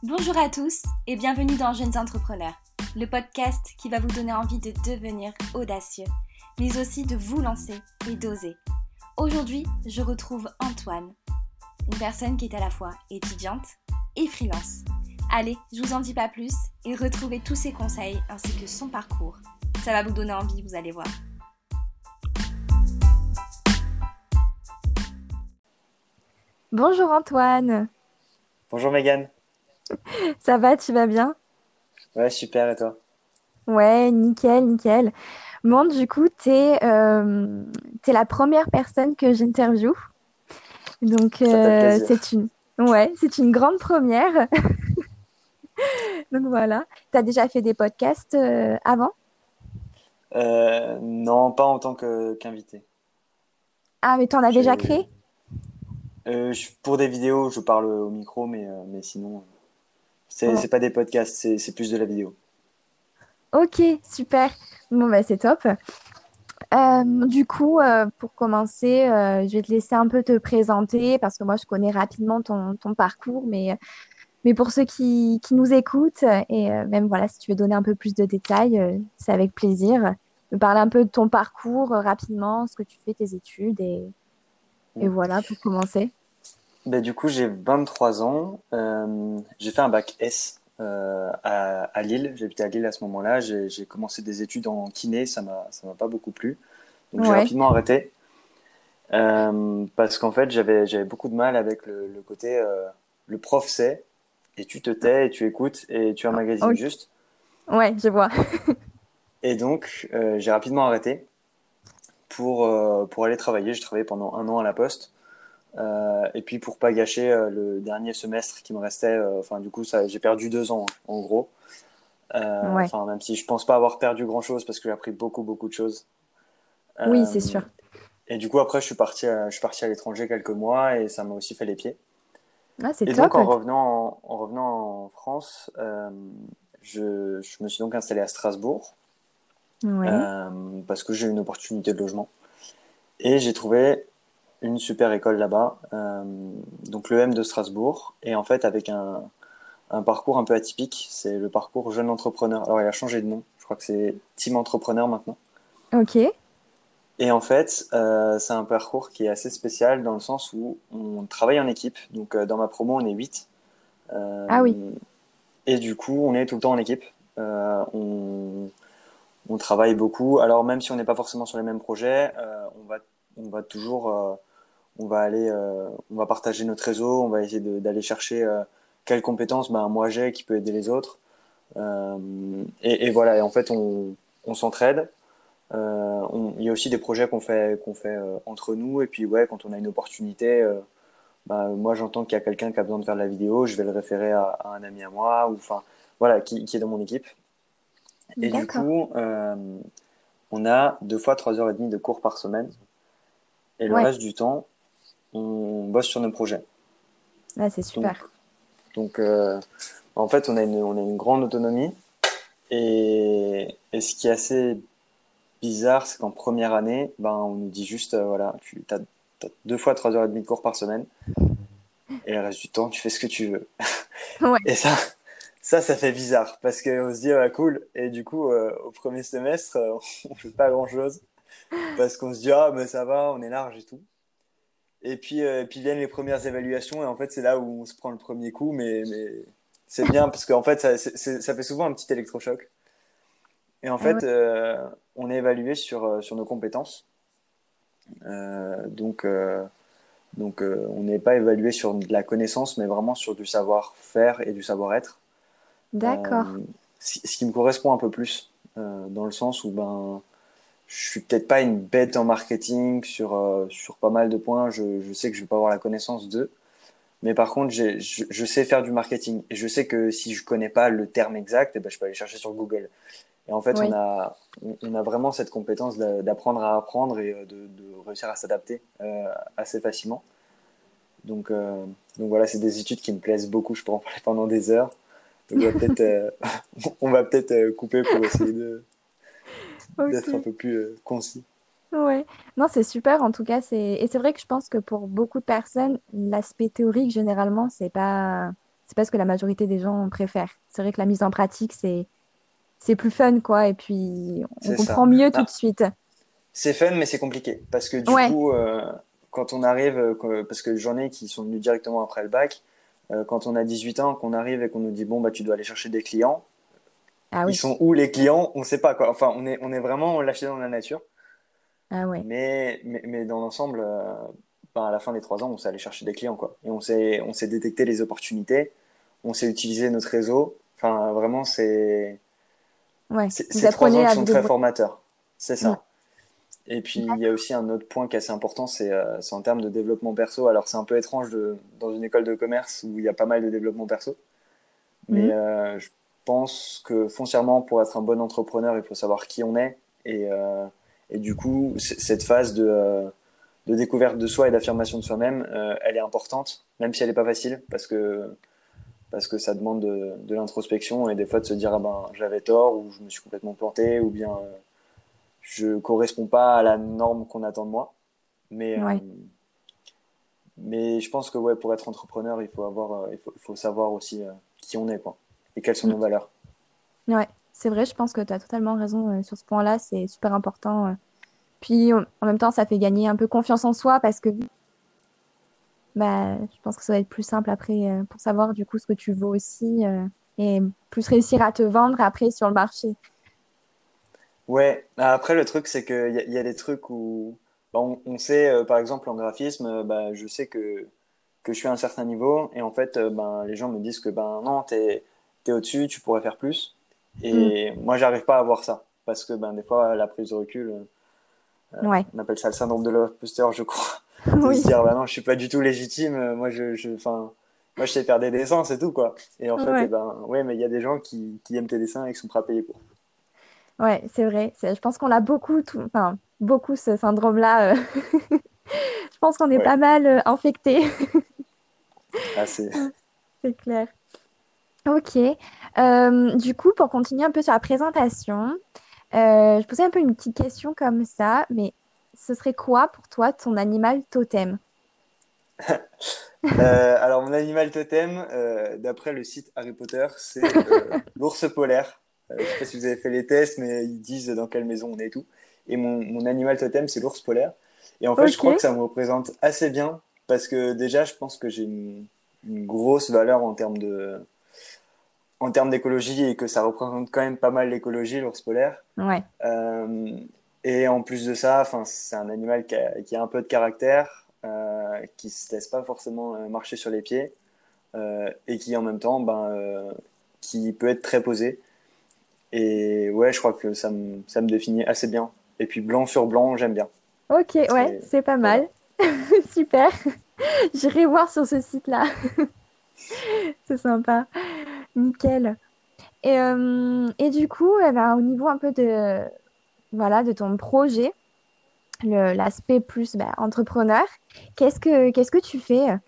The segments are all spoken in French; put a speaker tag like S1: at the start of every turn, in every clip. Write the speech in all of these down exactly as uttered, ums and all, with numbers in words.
S1: Bonjour à tous et bienvenue dans Jeunes Entrepreneurs, le podcast qui va vous donner envie de devenir audacieux, mais aussi de vous lancer et d'oser. Aujourd'hui, je retrouve Antoine, une personne qui est à la fois étudiante et freelance. Allez, je vous en dis pas plus et retrouvez tous ses conseils ainsi que son parcours. Ça va vous donner envie, vous allez voir. Bonjour Antoine.
S2: Bonjour Mégane.
S1: Ça va, tu vas bien?
S2: Ouais, super, et toi?
S1: Ouais, nickel, nickel. Bon, du coup, t'es euh, t'es la première personne que j'interviewe. Donc,
S2: Ça fait
S1: euh,
S2: plaisir.
S1: c'est une, ouais, c'est une grande première. Donc, voilà. T'as déjà fait des podcasts euh, avant?
S2: Euh, non, pas en tant que qu'invité.
S1: Ah, mais t'en as déjà
S2: J'ai,
S1: créé?
S2: euh, je- pour des vidéos, je parle au micro, mais, euh, mais sinon, c'est
S1: Oh.
S2: c'est pas des podcasts, c'est c'est plus de la vidéo.
S1: Ok, super. Bon, bah, c'est top. Euh, du coup, euh, pour commencer, euh, je vais te laisser un peu te présenter parce que moi, je connais rapidement ton, ton parcours, mais Mais pour ceux qui, qui nous écoutent, et euh, même voilà, si tu veux donner un peu plus de détails, euh, c'est avec plaisir. Me parler un peu de ton parcours euh, rapidement, ce que tu fais, tes études, et, et
S2: Mm.
S1: voilà pour commencer.
S2: Ben, du coup, j'ai vingt-trois ans. Euh, j'ai fait un bac S euh, à, à Lille. J'habitais à Lille à ce moment-là. J'ai j'ai commencé des études en kiné, ça m'a ça m'a pas beaucoup plu. Donc j'ai
S1: Ouais,
S2: rapidement arrêté. Euh, parce qu'en fait, j'avais j'avais beaucoup de mal avec le, le côté euh, le prof sait et tu te tais et tu écoutes et tu emmagasines
S1: ok.
S2: juste.
S1: Ouais, je vois.
S2: Et donc, euh, j'ai rapidement arrêté pour, euh, pour aller travailler. J'ai travaillé pendant un an à la Poste. Euh, et puis pour pas gâcher euh, le dernier semestre qui me restait, euh, enfin du coup ça, j'ai perdu deux ans hein, en gros. Euh,
S1: Ouais,
S2: Enfin même si je pense pas avoir perdu grand chose parce que j'ai appris beaucoup beaucoup de choses.
S1: oui, c'est
S2: Euh,
S1: sûr.
S2: et du coup après je suis parti, à, je suis parti à l'étranger quelques mois et ça m'a aussi fait les pieds.
S1: Ah, c'est
S2: Et donc
S1: top.
S2: en revenant en, en revenant en France, euh, je, je me suis donc installé à Strasbourg
S1: Ouais,
S2: euh, parce que j'ai eu une opportunité de logement. Et j'ai trouvé une super école là-bas, euh, donc l'E M de Strasbourg, et en fait avec un, un parcours un peu atypique, c'est le parcours jeune entrepreneur. Alors il a changé de nom, je crois que c'est Team Entrepreneur maintenant.
S1: ok.
S2: Et en fait, euh, c'est un parcours qui est assez spécial dans le sens où on travaille en équipe. Donc euh, dans ma promo, on est huit.
S1: Ah oui,
S2: Euh, et du coup, on est tout le temps en équipe. Euh, on, on travaille beaucoup. Alors même si on n'est pas forcément sur les mêmes projets, euh, on va, on va toujours euh, on va aller, euh, on va partager notre réseau, on va essayer de- d'aller chercher euh, quelles compétences ben, moi j'ai qui peut aider les autres. Euh, et, et voilà, et en fait on, on s'entraide. Euh, on- Il y a aussi des projets qu'on fait, qu'on fait euh, entre nous. Et puis ouais, quand on a une opportunité, euh, bah, moi j'entends qu'il y a quelqu'un qui a besoin de faire de la vidéo, je vais le référer à, à un ami à moi, ou enfin voilà, qui, qui est dans mon équipe. Et du
S1: d'accord.
S2: coup, euh, on a deux fois trois heures et demie de cours par semaine. Et le
S1: Ouais,
S2: reste du temps, on bosse sur nos projets.
S1: là, c'est
S2: Donc,
S1: super.
S2: donc euh, en fait, on a une, on a une grande autonomie. Et, et ce qui est assez bizarre, c'est qu'en première année, ben, on nous dit juste, euh, voilà, tu as, deux fois trois heures et demie de cours par semaine. Et le reste du temps, tu fais ce que tu veux.
S1: Ouais,
S2: Et ça, ça, ça fait bizarre. Parce qu'on se dit, ouais, cool. Et du coup, euh, au premier semestre, euh, on fait pas grand-chose. Parce qu'on se dit, ah, mais ça va, on est large et tout. Et puis, euh, et puis viennent les premières évaluations. Et en fait, c'est là où on se prend le premier coup. Mais, mais c'est bien parce qu'en fait, ça, c'est- c'est- ça fait souvent un petit électrochoc. Et en
S1: ah ouais,
S2: fait, euh, on est évalué sur, euh, sur nos compétences. Euh, donc, euh, donc euh, on n'est pas évalué sur de la connaissance, mais vraiment sur du savoir-faire et du savoir-être. Euh,
S1: d'accord.
S2: ce ce qui me correspond un peu plus, euh, dans le sens où ben, je suis peut-être pas une bête en marketing sur, euh, sur pas mal de points. Je, je sais que je vais pas avoir la connaissance d'eux. Mais par contre, j'ai- je, je sais faire du marketing. Et je sais que si je connais pas le terme exact, eh ben, je peux aller chercher sur Google. Et en fait, on
S1: Oui,
S2: a, on on a vraiment cette compétence d'a- d'apprendre à apprendre et euh, de, de réussir à s'adapter euh, assez facilement. Donc, euh, donc voilà, c'est des études qui me plaisent beaucoup. Je pourrais en parler pendant des heures. Donc on va peut-être euh, on va peut-être euh, couper pour essayer de d'être un
S1: ok.
S2: peu plus euh, concis.
S1: Ouais, non, c'est super en tout cas. C'est... Et c'est vrai que je pense que pour beaucoup de personnes, l'aspect théorique, généralement, c'est pas... c'est pas ce que la majorité des gens préfèrent. C'est vrai que la mise en pratique, c'est c'est plus fun, quoi, et puis on
S2: C'est ça.
S1: comprend mieux tout de
S2: Ah,
S1: suite.
S2: c'est fun, mais c'est compliqué. Parce que du
S1: Ouais,
S2: coup, euh, quand on arrive, euh, que- parce que j'en ai qui sont venus directement après le bac, euh, quand on a dix-huit ans, qu'on arrive et qu'on nous dit, bon, bah, tu dois aller chercher des clients,
S1: ah
S2: ils
S1: oui,
S2: sont où les clients? On sait pas, quoi. Enfin, on est, on est vraiment lâché dans la nature.
S1: ah ouais,
S2: Mais, mais, mais dans l'ensemble, euh, ben, à la fin des trois ans, on sait aller chercher des clients, quoi. Et on sait, on sait détecter les opportunités, on sait utiliser notre réseau. Enfin, vraiment, c'est,
S1: ouais.
S2: c'est,
S1: Vous
S2: c'est trois ans
S1: apprenez
S2: qui
S1: à vous
S2: sont très
S1: débrouiller.
S2: formateurs. C'est
S1: Mm.
S2: ça. Et puis, il y a aussi un autre point qui est assez important, c'est euh, c'est en termes de développement perso. Alors, c'est un peu étrange de, dans une école de commerce où il y a pas mal de développement perso. Mais
S1: Mm.
S2: euh, je pense que foncièrement, pour être un bon entrepreneur, il faut savoir qui on est. Et, euh, et du coup, c- cette phase de, euh, de découverte de soi et d'affirmation de soi-même, euh, elle est importante, même si elle n'est pas facile, parce que, parce que ça demande de, de l'introspection et des fois de se dire ah ben, j'avais tort, ou je me suis complètement planté, ou bien euh, je corresponds pas à la norme qu'on attend de moi. Mais, euh,
S1: Ouais.
S2: mais je pense que ouais, pour être entrepreneur, il faut, avoir, euh, il faut, il faut savoir aussi euh, qui on est, quoi, et quelles sont
S1: Mm.
S2: nos valeurs.
S1: Ouais, c'est vrai, je pense que tu as totalement raison euh, sur ce point-là, c'est super important. euh. Puis en en même temps, ça fait gagner un peu confiance en soi parce que bah, je pense que ça va être plus simple après euh, pour savoir du coup ce que tu vaux aussi euh, et plus réussir à te vendre après sur le marché.
S2: Ouais, après le truc c'est qu'il y, a- il y a des trucs où bah, on, on sait, euh, par exemple en graphisme, euh, bah, je sais que, que je suis à un certain niveau et en fait euh, ben, les gens me disent que ben non, t'es, t'es au-dessus, tu pourrais faire plus.
S1: Mm.
S2: Et moi j'arrive pas à voir ça parce que ben, des fois la prise de recul, euh,
S1: Ouais,
S2: on appelle ça le syndrome de l'imposteur je crois, de se
S1: oui,
S2: dire bah non je suis pas du tout légitime, euh, moi je, je, enfin, moi je sais faire des dessins c'est tout quoi. Et en fait eh
S1: ouais,
S2: ben, ouais mais il y a des gens qui, qui aiment tes dessins et qui sont prêts à payer pour.
S1: ouais, c'est vrai. C'est- Je pense qu'on a beaucoup, tout, enfin, beaucoup ce syndrome-là. euh. Je pense qu'on est
S2: Ouais,
S1: pas mal euh, infecté.
S2: ah, c'est...
S1: C'est clair. Ok. Euh, du coup, pour continuer un peu sur la présentation, euh, je posais un peu une petite question comme ça, mais ce serait quoi pour toi ton animal totem?
S2: Euh, alors, mon animal totem, euh, d'après le site Harry Potter, c'est euh, l'ours polaire. Euh, je sais pas si vous avez fait les tests, mais ils disent dans quelle maison on est et tout. Et mon, mon animal totem, c'est l'ours polaire. Et en fait, je
S1: Ok,
S2: crois que ça me représente assez bien parce que déjà, je pense que j'ai une, une grosse valeur en termes de, en termes d'écologie et que ça représente quand même pas mal l'écologie, l'ours polaire.
S1: ouais,
S2: Euh, et en plus de ça, enfin, c'est un animal qui a, qui a un peu de caractère, euh, qui se laisse pas forcément euh, marcher sur les pieds euh, et qui en même temps, ben, euh, qui peut être très posé. Et ouais, je crois que ça me, ça me définit assez bien. Et puis blanc sur blanc, j'aime bien.
S1: ok, ouais,
S2: Et
S1: c'est pas
S2: voilà.
S1: mal. Super. J'irai voir sur ce site-là. C'est sympa. Nickel. Et, euh, et du coup, eh ben, au niveau un peu de, voilà, de ton projet, le- l'aspect plus ben, entrepreneur, qu'est-ce que, qu'est-ce que tu fais?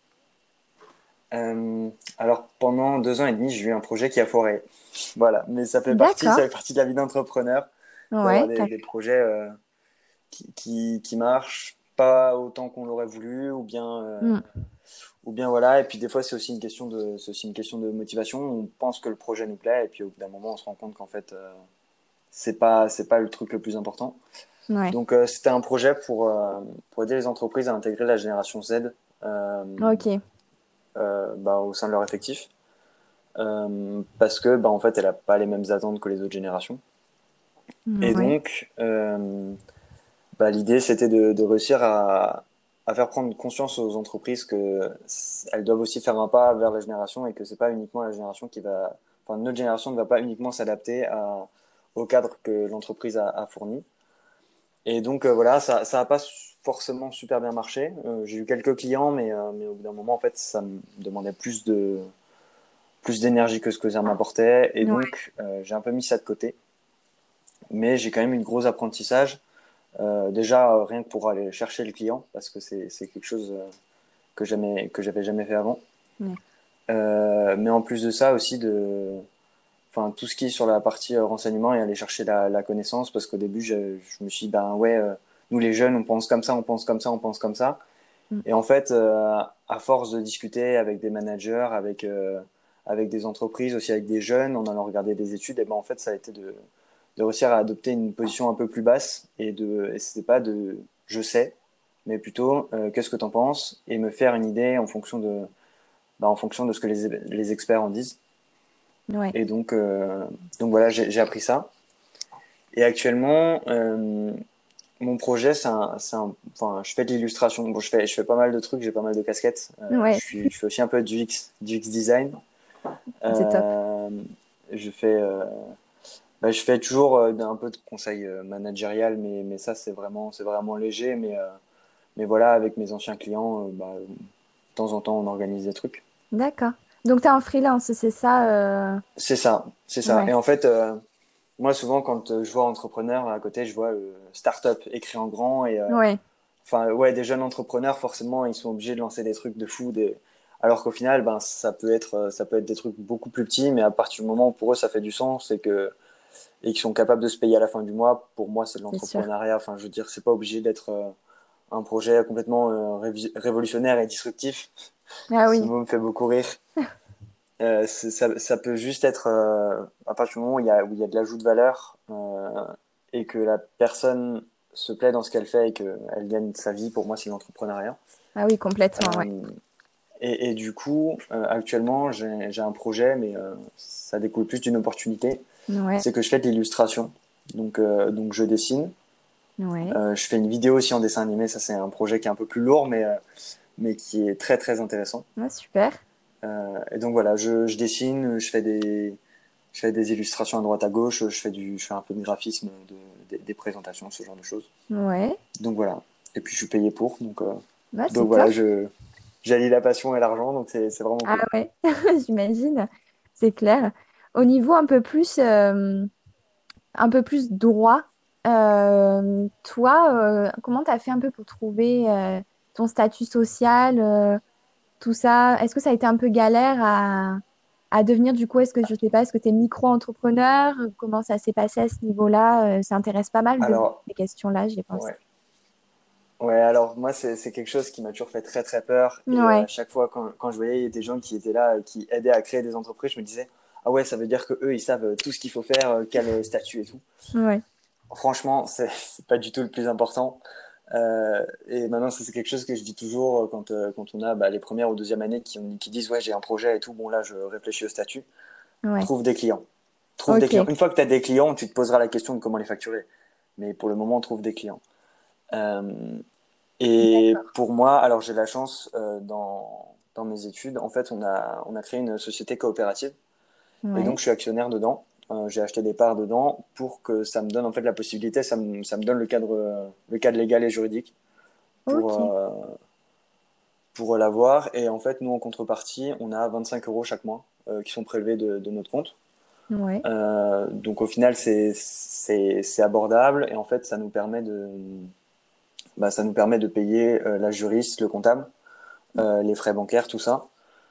S2: Euh, alors pendant deux ans et demi, j'ai eu un projet qui a foiré. Voilà, mais ça fait partie, ça
S1: D'accord.
S2: fait partie de la vie d'entrepreneur, d'avoir
S1: Ouais,
S2: des,
S1: t'as-
S2: des projets euh, qui, qui, qui marchent pas autant qu'on l'aurait voulu, ou bien euh,
S1: Hmm.
S2: ou bien voilà. Et puis des fois, c'est aussi une question de, c'est aussi une question de motivation. On pense que le projet nous plaît, et puis au bout d'un moment, on se rend compte qu'en fait, euh, c'est pas, c'est pas le truc le plus important.
S1: Ouais.
S2: Donc euh, c'était un projet pour, euh, pour aider les entreprises à intégrer la génération Z euh,
S1: Ok.
S2: euh, bah, au sein de leur effectif. Euh, parce que bah, en fait, elle a pas les mêmes attentes que les autres générations. Et
S1: Ouais.
S2: donc, euh, bah, l'idée, c'était de, de réussir à, à faire prendre conscience aux entreprises que c- elles doivent aussi faire un pas vers la génération et que c'est pas uniquement la génération qui va, enfin, notre génération ne va pas uniquement s'adapter à, au cadre que l'entreprise a, a fourni. Et donc, euh, voilà, ça, ça a pas su- forcément super bien marché. Euh, j'ai eu quelques clients, mais, euh, mais au bout d'un moment, en fait, ça me demandait plus de, plus d'énergie que ce que ça m'apportait. Et
S1: Ouais.
S2: donc, euh, j'ai un peu mis ça de côté. Mais j'ai quand même eu un gros apprentissage. Euh, déjà, euh, rien que pour aller chercher le client, parce que c'est c'est quelque chose euh, que jamais, que j'avais jamais fait avant.
S1: Ouais.
S2: Euh, mais en plus de ça aussi de, enfin tout ce qui est sur la partie euh, renseignement et aller chercher la, la connaissance, parce qu'au début je, je me suis dit ben ouais, euh, nous les jeunes on pense comme ça, on pense comme ça, on pense comme ça.
S1: Mm.
S2: Et en fait, euh, à force de discuter avec des managers, avec, euh, avec des entreprises, aussi avec des jeunes, en allant regarder des études, et ben en fait, ça a été de, de réussir à adopter une position un peu plus basse et de, et c'était pas de je sais, mais plutôt euh, qu'est-ce que t'en penses et me faire une idée en fonction de, bah, en fonction de ce que les, les experts en disent.
S1: Ouais.
S2: Et donc, euh, donc voilà, j'ai j'ai appris ça. Et actuellement, euh, mon projet, c'est un, c'est un, enfin, je fais de l'illustration. Bon, je fais, je fais pas mal de trucs, j'ai pas mal de casquettes. Euh, je
S1: Ouais,
S2: suis, je fais aussi un peu du X, du X design.
S1: c'est top.
S2: Euh, je fais, euh, bah, je fais toujours euh, un peu de conseil euh, managérial, mais, mais ça, c'est vraiment, c'est vraiment léger. Mais, euh, mais voilà, avec mes anciens clients, euh, bah, de temps en temps, on organise des trucs.
S1: D'accord. Donc, tu es en freelance, c'est ça? euh,
S2: C'est ça, c'est ça.
S1: Ouais.
S2: Et en fait, euh, moi, souvent, quand euh, je vois entrepreneur à côté, je vois euh, start-up écrit en grand et euh,
S1: Ouais,
S2: enfin, ouais, des jeunes entrepreneurs, forcément, ils sont obligés de lancer des trucs de fou, des... alors qu'au final, ben, ça peut être, euh, ça peut être des trucs beaucoup plus petits, mais à partir du moment où pour eux ça fait du sens et que et qu'ils sont capables de se payer à la fin du mois, pour moi, c'est de
S1: c'est sûr.
S2: l'entrepreneuriat. Enfin, je veux dire, c'est pas obligé d'être euh, un projet complètement euh, révi- révolutionnaire et disruptif.
S1: Ah
S2: Ce
S1: oui,
S2: mot me fait beaucoup rire. Euh, c'est- ça, ça peut juste être euh, à partir du moment où il y a, où il y a de l'ajout de valeur euh, et que la personne se plaît dans ce qu'elle fait et qu'elle gagne sa vie. Pour moi, c'est l'entrepreneuriat.
S1: ah oui, complètement, ouais.
S2: Euh, et, et du coup, euh, actuellement, j'ai j'ai un projet, mais euh, ça découle plus d'une opportunité.
S1: Ouais,
S2: C'est que je fais de l'illustration. Donc, euh, donc, je dessine.
S1: ouais.
S2: Euh, je fais une vidéo aussi en dessin animé. Ça, c'est un projet qui est un peu plus lourd, mais, euh, mais qui est très, très intéressant.
S1: Ah, super.
S2: Euh, et donc, voilà, je, je dessine, je fais des, je fais des illustrations à droite à gauche, je fais, du, je fais un peu de graphisme, de, des, des présentations, ce genre de choses.
S1: Ouais.
S2: Donc, voilà. Et puis, je suis payé pour. Donc, euh,
S1: Bah, c'est
S2: donc voilà,
S1: top.
S2: je, j'allie la passion et l'argent. Donc, c'est c'est vraiment
S1: Ah
S2: cool.
S1: ouais, j'imagine. C'est clair. Au niveau un peu plus, euh, un peu plus droit, euh, toi, euh, comment tu as fait un peu pour trouver euh, ton statut social, euh, tout ça? Est-ce que ça a été un peu galère à, à devenir du coup, est-ce que je sais pas, est-ce que tu es micro-entrepreneur? Comment ça s'est passé à ce niveau-là? Euh, ça intéresse pas mal de
S2: Alors,
S1: ces questions-là, j'y pense.
S2: ouais. Ouais, alors moi, c'est c'est quelque chose qui m'a toujours fait très très peur. Et euh,
S1: Ouais,
S2: à chaque fois, quand, quand je voyais des gens qui étaient là, euh, qui aidaient à créer des entreprises, je me disais, ah ouais, ça veut dire que eux, ils savent euh, tout ce qu'il faut faire, euh, quel euh, statut et tout.
S1: ouais.
S2: Franchement, c'est c'est pas du tout le plus important. Euh, et maintenant, ça, c'est quelque chose que je dis toujours euh, quand, euh, quand on a bah, les premières ou deuxième années qui, ont- qui disent, ouais, j'ai un projet et tout. Bon, là, je réfléchis au statut.
S1: Ouais.
S2: Trouve des clients. Trouve des clients.
S1: Ok.
S2: Une fois que tu as des clients, tu te poseras la question de comment les facturer. Mais pour le moment, trouve des clients. Euh, Et
S1: D'accord.
S2: pour moi, alors j'ai la chance euh, dans, dans mes études, en fait, on a, on a créé une société coopérative et donc
S1: Ouais.
S2: je suis actionnaire dedans. Euh, j'ai acheté des parts dedans pour que ça me donne en fait la possibilité, ça me, ça me donne le cadre, euh, le cadre légal et juridique pour,
S1: Ok.
S2: euh, pour l'avoir. Et en fait, nous en contrepartie, on a vingt-cinq euros chaque mois euh, qui sont prélevés de, de notre compte.
S1: Ouais.
S2: Euh, donc au final, c'est, c'est, c'est abordable et en fait, ça nous permet de, bah, ça nous permet de payer euh, la juriste, le comptable euh, les frais bancaires, tout ça.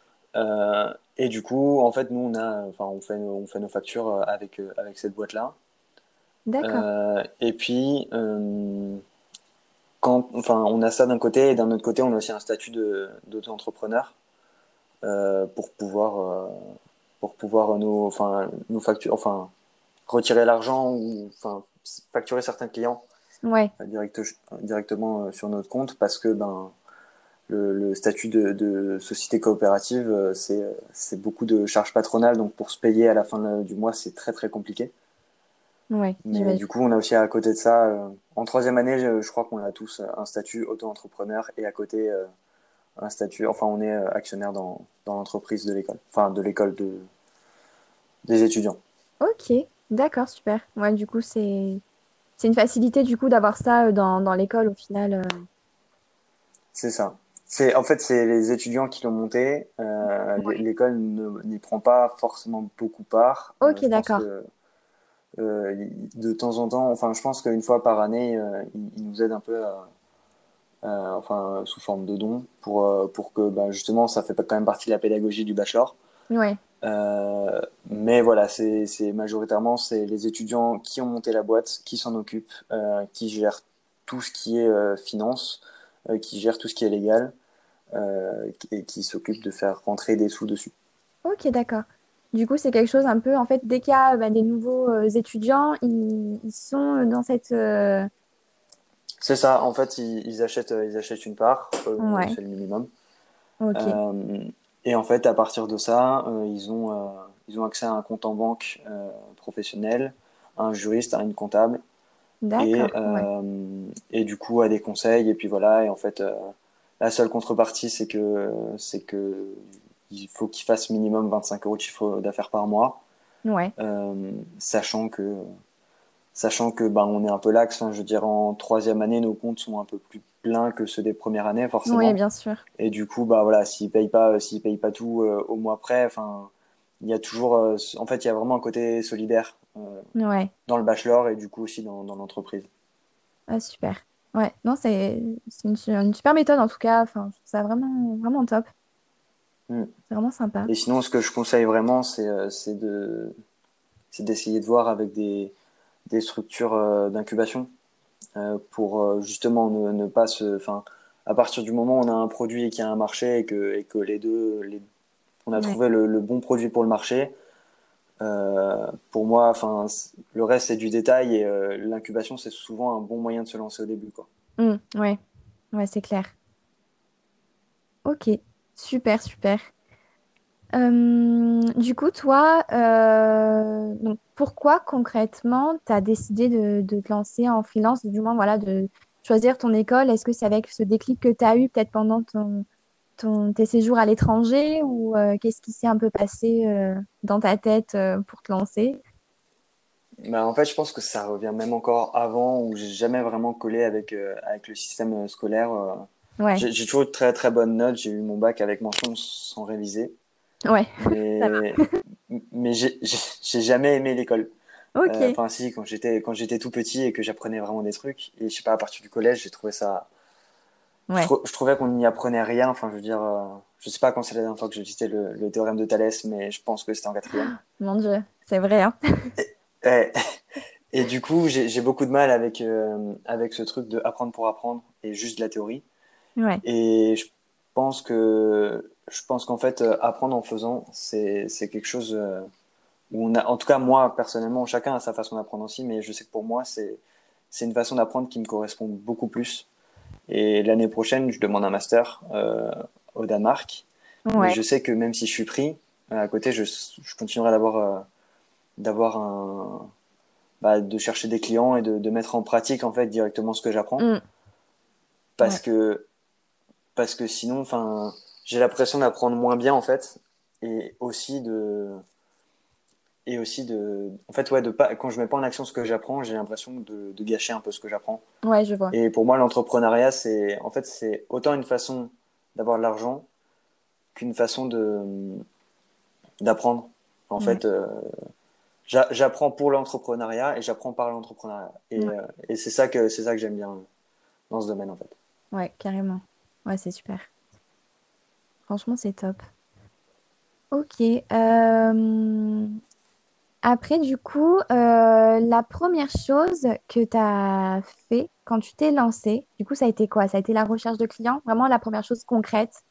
S2: Euh, et du coup, en fait, nous, on a, enfin, on fait nos, on fait nos factures euh, avec, euh, avec cette boîte-là.
S1: D'accord.
S2: Euh, et puis, euh, quand, enfin, on a ça d'un côté, et d'un autre côté, on a aussi un statut de, d'auto-entrepreneur euh, pour pouvoir, euh, pour pouvoir nous, enfin, nous facturer, enfin, retirer l'argent ou, enfin, facturer certains clients
S1: Ouais.
S2: euh, direct, directement euh, sur notre compte parce que, ben, le, le statut de, de société coopérative, euh, c'est c'est beaucoup de charges patronales, donc pour se payer à la fin de- du mois, c'est très très compliqué.
S1: Ouais.
S2: Mais
S1: J'imagine.
S2: du coup, on a aussi à côté de ça, euh, en troisième année, je, je crois qu'on a tous un statut auto-entrepreneur et à côté euh, un statut, enfin, on est euh, actionnaire dans, dans l'entreprise de l'école, enfin de l'école de, des étudiants.
S1: Ok. D'accord, super. Ouais, du coup, c'est c'est une facilité du coup d'avoir ça euh, dans, dans l'école au final. euh.
S2: C'est ça. C'est en fait c'est les étudiants qui l'ont monté. Euh,
S1: Ouais.
S2: l'école ne- n'y prend pas forcément beaucoup part. Euh,
S1: Ok,
S2: je pense
S1: d'accord.
S2: que Euh, de temps en temps, enfin, je pense qu'une fois par année, euh, ils, ils nous aident un peu, à- à- enfin, sous forme de dons, pour, euh, pour que, bah, justement, ça fait pas quand même partie de la pédagogie du bachelor.
S1: Ouais.
S2: Euh, mais voilà, c'est, c'est majoritairement c'est les étudiants qui ont monté la boîte, qui s'en occupent, euh, qui gèrent tout ce qui est euh, finance. euh, qui gère tout ce qui est légal euh, et qui s'occupe de faire rentrer des sous dessus.
S1: Ok, d'accord. Du coup, c'est quelque chose un peu, en fait, dès qu'il y a bah, des nouveaux euh, étudiants, ils, ils sont dans cette... euh,
S2: C'est ça, en fait, ils, ils achètent, euh, ils achètent une part, euh,
S1: Ouais,
S2: c'est le minimum.
S1: ok.
S2: Euh, et en fait, à partir de ça, euh, ils ont, euh, ils ont accès à un compte en banque euh, professionnel, à un juriste, à une comptable, et,
S1: D'accord, ouais.
S2: euh, et du coup à des conseils. Et puis voilà, et en fait, euh, la seule contrepartie, c'est que, c'est que il faut qu'ils fassent minimum vingt-cinq euros de chiffre d'affaires par mois,
S1: Ouais.
S2: euh, sachant que Sachant que bah, on est un peu lax, hein, je veux dire en troisième année, nos comptes sont un peu plus pleins que ceux des premières années,
S1: Oui,
S2: forcément.
S1: bien sûr.
S2: Et du coup, bah voilà, s'ils payent pas, s'ils payent pas tout euh, au mois près, enfin, il y a toujours, euh, en fait, il y a vraiment un côté solidaire euh,
S1: Ouais.
S2: dans le bachelor et du coup aussi dans, dans l'entreprise.
S1: Ah, super. Ouais, non, c'est c'est une, su- une super méthode en tout cas. Enfin, je trouve ça vraiment, vraiment top.
S2: Mm.
S1: C'est vraiment sympa.
S2: Et sinon, ce que je conseille vraiment, c'est euh, c'est de, c'est d'essayer de voir avec des, des structures euh, d'incubation euh, pour euh, justement ne, ne pas se, enfin, à partir du moment où on a un produit et qu'il y a un marché et que, et que les deux, les, on a
S1: Ouais.
S2: trouvé le, le bon produit pour le marché, euh, pour moi, enfin, le reste c'est du détail et euh, l'incubation c'est souvent un bon moyen de se lancer au début, quoi.
S1: Mm, ouais. Ouais, c'est clair. Ok. Super, super. Euh, du coup, toi, euh, donc pourquoi concrètement tu as décidé de, de te lancer en freelance, ou du moins voilà, de choisir ton école? Est-ce que c'est avec ce déclic que tu as eu peut-être pendant ton, ton, tes séjours à l'étranger, ou euh, qu'est-ce qui s'est un peu passé euh, dans ta tête euh, pour te lancer?
S2: Bah, en fait, je pense que ça revient même encore avant où j'ai jamais vraiment collé avec, euh, avec le système euh, scolaire. euh.
S1: Ouais,
S2: J'ai j'ai toujours eu de très très bonnes notes, j'ai eu mon bac avec mention sans réviser,
S1: ouais, ça va.
S2: mais, mais j'ai j'ai j'ai jamais aimé l'école. Euh,
S1: Ok,
S2: Enfin, si, quand j'étais quand j'étais tout petit et que j'apprenais vraiment des trucs, et je sais pas, à partir du collège, j'ai trouvé ça. Je,
S1: ouais.
S2: trou- je trouvais qu'on n'y apprenait rien. Enfin, je veux dire, euh, je sais pas quand c'est la dernière fois que j'ai visité le, le théorème de Thalès, mais je pense que c'était en quatrième.
S1: Mon Dieu, c'est vrai, hein?
S2: Et, et du coup, j'ai j'ai beaucoup de mal avec, euh, avec ce truc de apprendre pour apprendre et juste de la théorie.
S1: Ouais.
S2: Et je pense que, je pense qu'en fait, euh, apprendre en faisant, c'est, c'est quelque chose euh, où on a, en tout cas, moi, personnellement, chacun a sa façon d'apprendre aussi, mais je sais que pour moi, c'est, c'est une façon d'apprendre qui me correspond beaucoup plus. Et l'année prochaine, je demande un master euh, au Danemark. Mais
S1: Ouais.
S2: je sais que même si je suis pris, euh, à côté, je, je continuerai d'avoir euh, d'avoir un, bah, de chercher des clients et de, de mettre en pratique en fait directement ce que j'apprends,
S1: Mm,
S2: parce
S1: ouais.
S2: que parce que sinon, enfin, j'ai l'impression d'apprendre moins bien en fait, et aussi de et aussi de, en fait, ouais, de pas, quand je mets pas en action ce que j'apprends, j'ai l'impression de, de gâcher un peu ce que j'apprends.
S1: Ouais, je vois.
S2: Et pour moi, l'entrepreneuriat, c'est en fait c'est autant une façon d'avoir de l'argent qu'une façon de d'apprendre. En
S1: Ouais.
S2: fait, euh, j'a- j'apprends pour l'entrepreneuriat et j'apprends par l'entrepreneuriat. Et,
S1: Ouais,
S2: euh, et c'est ça que c'est ça que j'aime bien dans ce domaine en fait.
S1: ouais, carrément. Ouais, c'est super. Franchement, c'est top. Ok. euh, Après, du coup, euh, la première chose que tu as fait quand tu t'es lancé, du coup, ça a été quoi? Ça a été la recherche de clients? Vraiment la première chose concrète?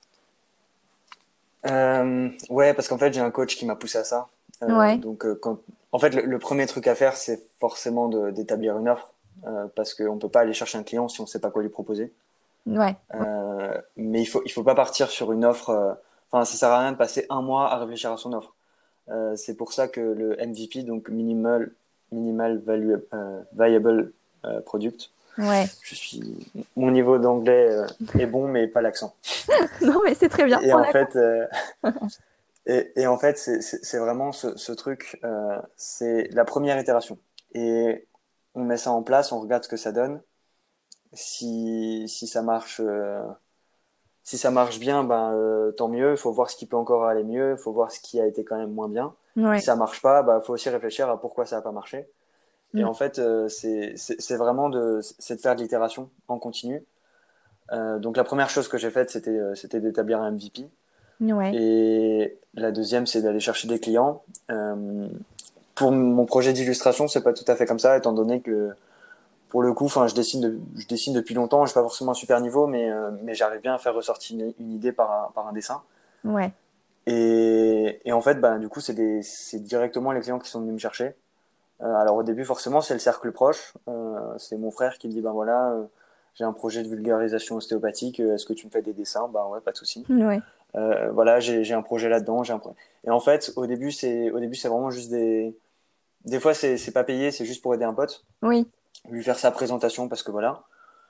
S2: Euh, ouais, parce qu'en fait, j'ai un coach qui m'a poussé à ça. Euh,
S1: Ouais,
S2: donc, euh, quand, en fait, le, le premier truc à faire, c'est forcément de- d'établir une offre, euh, parce qu'on peut pas aller chercher un client si on sait pas quoi lui proposer.
S1: ouais,
S2: Euh, mais il faut, il faut pas partir sur une offre. euh, Enfin, ça sert à rien de passer un mois à réfléchir à son offre. Euh, c'est pour ça que le M V P, donc minimal, minimal value, euh, viable euh, product.
S1: ouais.
S2: Je suis, mon niveau d'anglais euh, est bon, mais pas l'accent.
S1: Non, mais c'est très bien.
S2: Et
S1: On
S2: en
S1: a
S2: fait, euh, Et, et en fait, c'est c'est- c'est vraiment ce, ce truc, euh, c'est la première itération. Et on met ça en place, on regarde ce que ça donne. Si, si ça marche, euh, si ça marche bien, ben euh, tant mieux. Il faut voir ce qui peut encore aller mieux. Il faut voir ce qui a été quand même moins bien. Si
S1: Ouais.
S2: ça marche pas, bah faut aussi réfléchir à pourquoi ça a pas marché. Et
S1: Mm.
S2: en fait, euh, c'est c'est c'est vraiment de c'est de faire de l'itération en continu. Euh, donc la première chose que j'ai faite, c'était euh, c'était d'établir un M V P.
S1: Ouais.
S2: Et la deuxième, c'est d'aller chercher des clients. Euh, pour mon projet d'illustration, c'est pas tout à fait comme ça, étant donné que pour le coup, enfin, je dessine, de- je dessine depuis longtemps. J'ai pas forcément un super niveau, mais, euh, mais j'arrive bien à faire ressortir une, une idée par un, par un dessin.
S1: Ouais.
S2: Et, et en fait, bah, du coup, c'est des, c'est directement les clients qui sont venus me chercher. Euh, alors au début, forcément, c'est le cercle proche. Euh, c'est mon frère qui me dit, ben voilà, euh, j'ai un projet de vulgarisation ostéopathique. euh, Est-ce que tu me fais des dessins? Ben ouais, pas de souci.
S1: Ouais.
S2: Euh, voilà, j'ai, j'ai un projet là-dedans. J'ai un pro- Et en fait, au début, c'est, au début, c'est vraiment juste des, des fois, c'est, c'est pas payé, c'est juste pour aider un pote,
S1: Oui.
S2: lui faire sa présentation parce que voilà.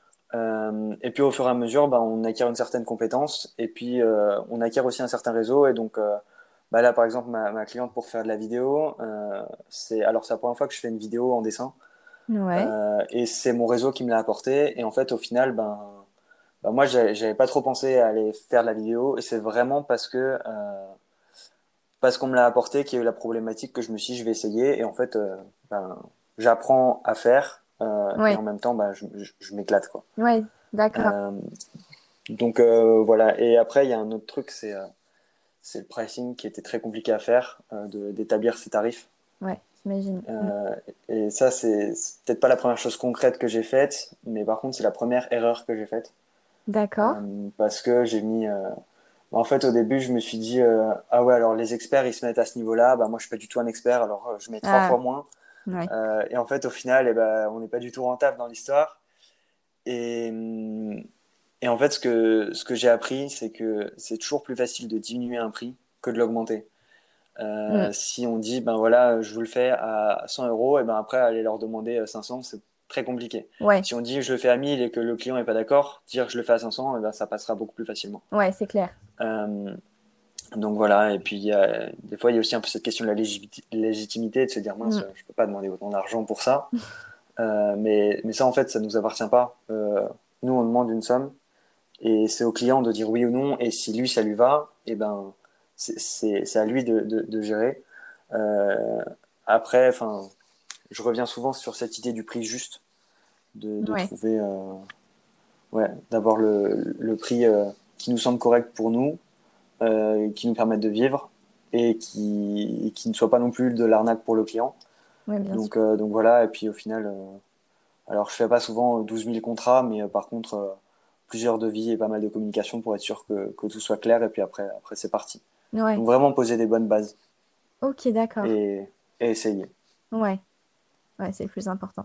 S2: Euh, et puis au fur et à mesure, bah, on acquiert une certaine compétence et puis euh, on acquiert aussi un certain réseau. Et donc euh, bah là, par exemple, ma, ma cliente pour faire de la vidéo, euh, c'est alors c'est la première fois que je fais une vidéo en dessin
S1: Ouais.
S2: euh, et c'est mon réseau qui me l'a apporté. Et en fait, au final, ben, ben moi, j'avais j'avais pas trop pensé à aller faire de la vidéo et c'est vraiment parce que euh, parce qu'on me l'a apporté qu'il y a eu la problématique que je me suis dit, je vais essayer. Et en fait, euh, ben, j'apprends à faire euh, et en
S1: Ouais.
S2: même temps, ben, je, je, je m'éclate quoi.
S1: Ouais. D'accord.
S2: Euh, Donc euh, voilà. Et après, il y a un autre truc, c'est euh, c'est le pricing qui était très compliqué à faire, euh, de- d'établir ses tarifs.
S1: Ouais. J'imagine. Mm.
S2: Euh, et ça, c'est c'est peut-être pas la première chose concrète que j'ai faite, mais par contre, c'est la première erreur que j'ai faite.
S1: D'accord.
S2: Euh, parce que j'ai mis. euh, En fait, au début, je me suis dit, euh, ah ouais, alors les experts, ils se mettent à ce niveau-là. Bah moi, je suis pas du tout un expert, alors euh, je mets trois
S1: Ah,
S2: fois moins.
S1: ouais.
S2: Euh, et en fait, au final, eh ben, on n'est pas du tout rentable dans l'histoire. Et, hum, Et en fait, ce que, ce que j'ai appris, c'est que c'est toujours plus facile de diminuer un prix que de l'augmenter.
S1: Mm.
S2: Euh, si on dit, ben voilà, je vous le fais à cent euros, et ben après, aller leur demander euh, cinq cents, c'est très compliqué.
S1: Ouais.
S2: Si on dit, je le fais à mille et que le client n'est pas d'accord, dire, je le fais à cinq cents, et ben ça passera beaucoup plus facilement.
S1: Ouais, c'est clair.
S2: Euh, donc voilà, et puis il y a, des fois, il y a aussi un peu cette question de la légiti- légitimité, de se dire, mince,
S1: Mm.
S2: je peux pas demander autant d'argent pour ça. Euh, mais, mais ça, en fait, ça nous appartient pas. Euh, nous, on demande une somme. Et c'est au client de dire oui ou non. Et si lui, ça lui va, et ben, c'est c'est- c'est à lui de, de, de gérer. Euh, après, enfin, je reviens souvent sur cette idée du prix juste, de, de
S1: Ouais.
S2: trouver, euh, ouais, d'avoir le, le prix euh, qui nous semble correct pour nous, euh, qui nous permette de vivre et qui, qui ne soit pas non plus de l'arnaque pour le client.
S1: Ouais, bien sûr.
S2: Donc, euh, donc voilà. Et puis au final, euh, alors je fais pas souvent douze mille contrats, mais euh, par contre, euh, plusieurs devis et pas mal de communication pour être sûr que, que tout soit clair. Et puis après, après c'est parti.
S1: Ouais.
S2: Donc vraiment poser des bonnes bases
S1: Ok, d'accord.
S2: et, et essayer.
S1: Ouais. Ouais, c'est le plus important.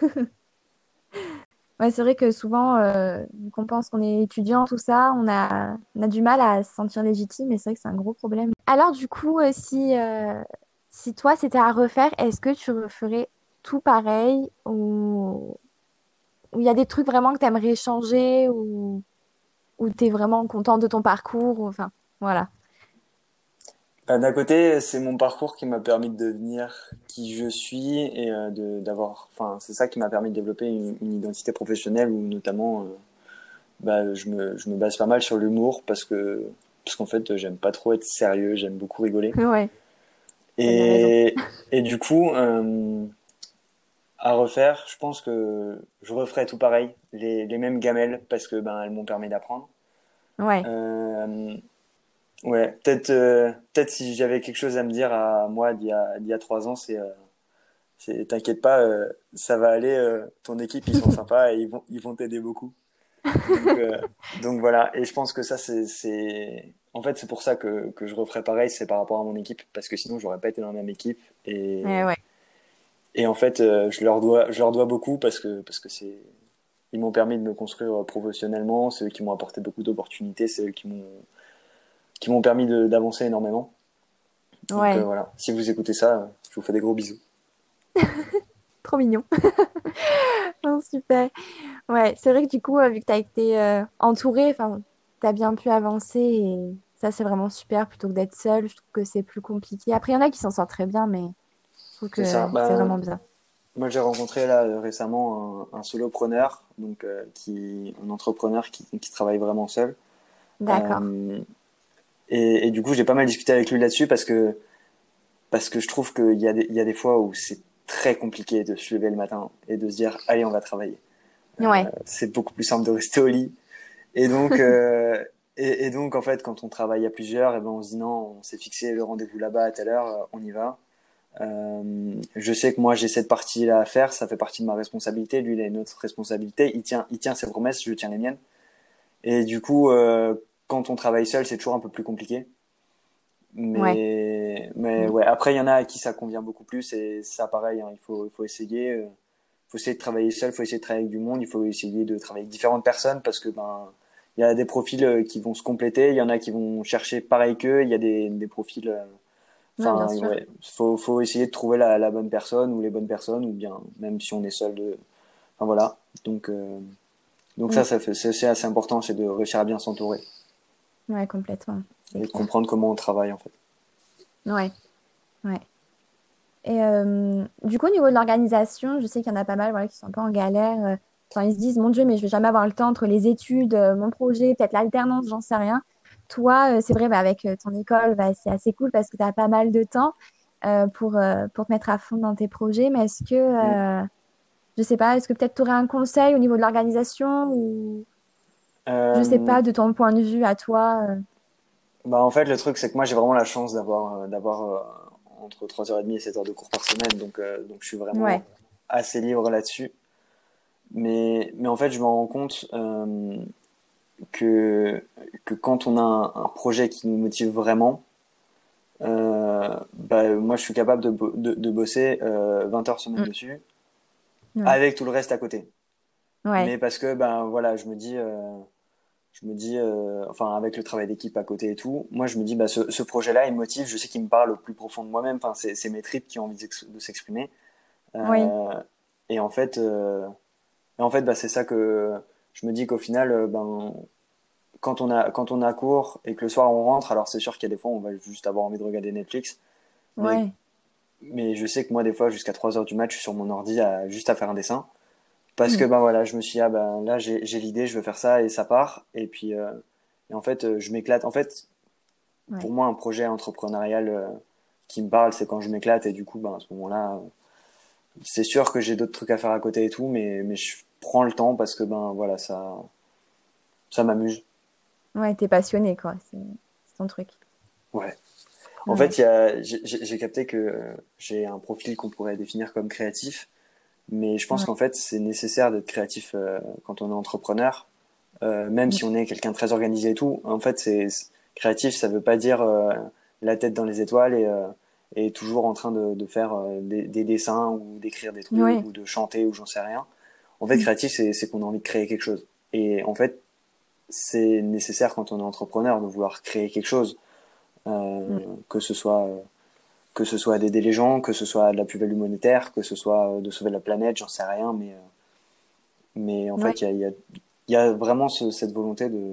S1: Ouais, c'est vrai que souvent, euh, vu qu'on pense qu'on est étudiant, tout ça, on a, on a du mal à se sentir légitime et c'est vrai que c'est un gros problème. Alors, du coup, euh, si, euh, si toi, c'était à refaire, est-ce que tu referais tout pareil ou ou il y a des trucs vraiment que tu aimerais changer ou, ou tu es vraiment content de ton parcours ou- Enfin, voilà.
S2: Euh, D'un côté, c'est mon parcours qui m'a permis de devenir qui je suis et euh, de d'avoir, enfin, c'est ça qui m'a permis de développer une, une identité professionnelle où notamment, euh, bah, je me, je me base pas mal sur l'humour parce que parce qu'en fait, j'aime pas trop être sérieux, j'aime beaucoup rigoler.
S1: Ouais, t'as bien raison.
S2: Et et du coup, euh, à refaire, je pense que je referais tout pareil, les, les mêmes gamelles parce que ben elles m'ont permis d'apprendre.
S1: Ouais,
S2: Euh, ouais, peut-être euh, peut-être si j'avais quelque chose à me dire à moi d'il y a d'il y a trois ans, c'est euh, c'est t'inquiète pas, euh, ça va aller, euh, ton équipe ils sont sympas et ils vont ils vont t'aider beaucoup. Donc euh, donc voilà, et je pense que ça c'est c'est en fait c'est pour ça que que je referais pareil, c'est par rapport à mon équipe parce que sinon j'aurais pas été dans la même équipe
S1: ouais,
S2: et
S1: ouais.
S2: et en fait euh, je leur dois je leur dois beaucoup parce que parce que c'est ils m'ont permis de me construire professionnellement, c'est eux qui m'ont apporté beaucoup d'opportunités, c'est eux qui m'ont qui m'ont permis de- d'avancer énormément. Donc euh,
S1: Ouais,
S2: voilà, si vous écoutez ça, euh, je vous fais des gros bisous.
S1: trop mignon. Oh, super. Ouais, c'est vrai que du coup, euh, vu que tu as été euh, entouré, enfin, tu as bien pu avancer et ça, c'est vraiment super plutôt que d'être seul. Je trouve que c'est plus compliqué. Après, il y en a qui s'en sortent très bien, mais je trouve
S2: C'est
S1: que
S2: ça.
S1: c'est
S2: Ben,
S1: vraiment bien.
S2: moi j'ai rencontré là euh, récemment un, un solopreneur, donc euh, qui un entrepreneur qui, qui travaille vraiment seul.
S1: D'accord.
S2: Euh, et, et du coup j'ai pas mal discuté avec lui là-dessus parce que parce que je trouve qu'il y a des il y a des fois où c'est très compliqué de se lever le matin et de se dire allez on va travailler.
S1: Ouais,
S2: C'est beaucoup plus simple de rester au lit. Et donc, euh, et, et donc, en fait, quand on travaille à plusieurs, et ben, on se dit non, on s'est fixé le rendez-vous là-bas à telle heure, euh, on y va. Euh, je sais que moi j'ai cette partie-là à faire, ça fait partie de ma responsabilité. Lui, il a une autre responsabilité. Il tient, il tient ses promesses, je tiens les miennes. Et du coup, euh, quand on travaille seul, c'est toujours un peu plus compliqué.
S1: Ouais.
S2: Mais, mais
S1: Mm.
S2: ouais. Après, il y en a à qui ça convient beaucoup plus. Et ça, pareil, hein, il faut, il faut essayer. euh, faut essayer de travailler seul, il faut essayer de travailler avec du monde, il faut essayer de travailler avec différentes personnes parce que ben il y a des profils euh, qui vont se compléter, il y en a qui vont chercher pareil qu'eux, il y a des, des profils euh,
S1: Ouais, bien
S2: enfin
S1: sûr.
S2: ouais, faut faut essayer de trouver la, la bonne personne ou les bonnes personnes ou bien même si on est seul de enfin voilà. Donc euh, donc ça
S1: Mm.
S2: ça fait c'est c'est assez important, c'est de réussir à bien s'entourer
S1: Ouais, complètement. C'est
S2: et de
S1: clair.
S2: comprendre comment on travaille en fait.
S1: Ouais, ouais. Et euh, du coup, au niveau de l'organisation, je sais qu'il y en a pas mal voilà, qui sont un peu en galère. euh, Enfin, ils se disent, mon Dieu, mais je vais jamais avoir le temps entre les études, euh, mon projet, peut-être l'alternance, j'en sais rien. Toi, euh, c'est vrai, bah, avec euh, ton école, bah, c'est assez cool parce que tu as pas mal de temps euh, pour, euh, pour te mettre à fond dans tes projets. Mais est-ce que,
S2: Mm.
S1: euh, je sais pas, est-ce que peut-être tu aurais un conseil au niveau de l'organisation ou, je sais
S2: Euh,
S1: pas, de ton point de vue à toi euh,
S2: Bah en fait le truc c'est que moi j'ai vraiment la chance d'avoir euh, d'avoir euh, entre trois heures trente et sept heures de cours par semaine donc euh, donc je suis vraiment
S1: Ouais,
S2: assez libre là-dessus. Mais, mais en fait, je me rends compte euh, que, que quand on a un, un projet qui nous motive vraiment, euh, bah, moi, je suis capable de, bo- de, de bosser euh, vingt heures semaine
S1: mm,
S2: dessus,
S1: ouais,
S2: avec tout le reste à côté.
S1: ouais,
S2: Mais parce que, ben voilà, je me dis, euh, je me dis, euh, enfin, avec le travail d'équipe à côté et tout, moi, je me dis, bah, ce, ce projet-là, il me motive, je sais qu'il me parle au plus profond de moi-même. Enfin, c'est, c'est mes tripes qui ont envie d'ex- de s'exprimer.
S1: oui,
S2: Euh, et en fait, euh, et en fait, bah, c'est ça que je me dis qu'au final, euh, ben, quand on a quand on a cours et que le soir on rentre, alors c'est sûr qu'il y a des fois on va juste avoir envie de regarder Netflix, mais
S1: ouais,
S2: mais je sais que moi des fois jusqu'à trois heures du match je suis sur mon ordi à juste à faire un dessin parce que
S1: mm,
S2: ben voilà, je me suis dit, ah ben là j'ai j'ai l'idée, je veux faire ça et ça part et puis euh, et en fait euh, je m'éclate. En fait,
S1: ouais,
S2: pour moi un projet entrepreneurial euh, qui me parle, c'est quand je m'éclate et du coup ben à ce moment-là, euh, c'est sûr que j'ai d'autres trucs à faire à côté et tout, mais mais je prends le temps parce que ben voilà, ça ça m'amuse.
S1: ouais, t'es passionné, quoi, c'est c'est ton truc.
S2: Ouais. En
S1: Ouais,
S2: fait, il y a, j'ai j'ai- j'ai capté que euh, j'ai un profil qu'on pourrait définir comme créatif, mais je pense
S1: ouais,
S2: qu'en fait, c'est nécessaire d'être créatif euh, quand on est entrepreneur, euh, même
S1: mm,
S2: si on est quelqu'un de très organisé et tout. En fait, c'est c'est- créatif, ça veut pas dire euh, la tête dans les étoiles et, euh, et toujours en train de, de faire euh, des, des dessins ou d'écrire des trucs
S1: ouais,
S2: ou de chanter ou j'en sais rien. En fait,
S1: mm,
S2: créatif, c'est c'est qu'on a envie de créer quelque chose. Et en fait, c'est nécessaire quand on est entrepreneur de vouloir créer quelque chose, euh,
S1: mm,
S2: que ce soit euh, que ce soit d'aider les gens, que ce soit de la plus-value monétaire, que ce soit euh, de sauver la planète, j'en sais rien, mais, euh, mais en
S1: ouais,
S2: fait, il y a, il y, a, il y a vraiment ce, cette volonté de,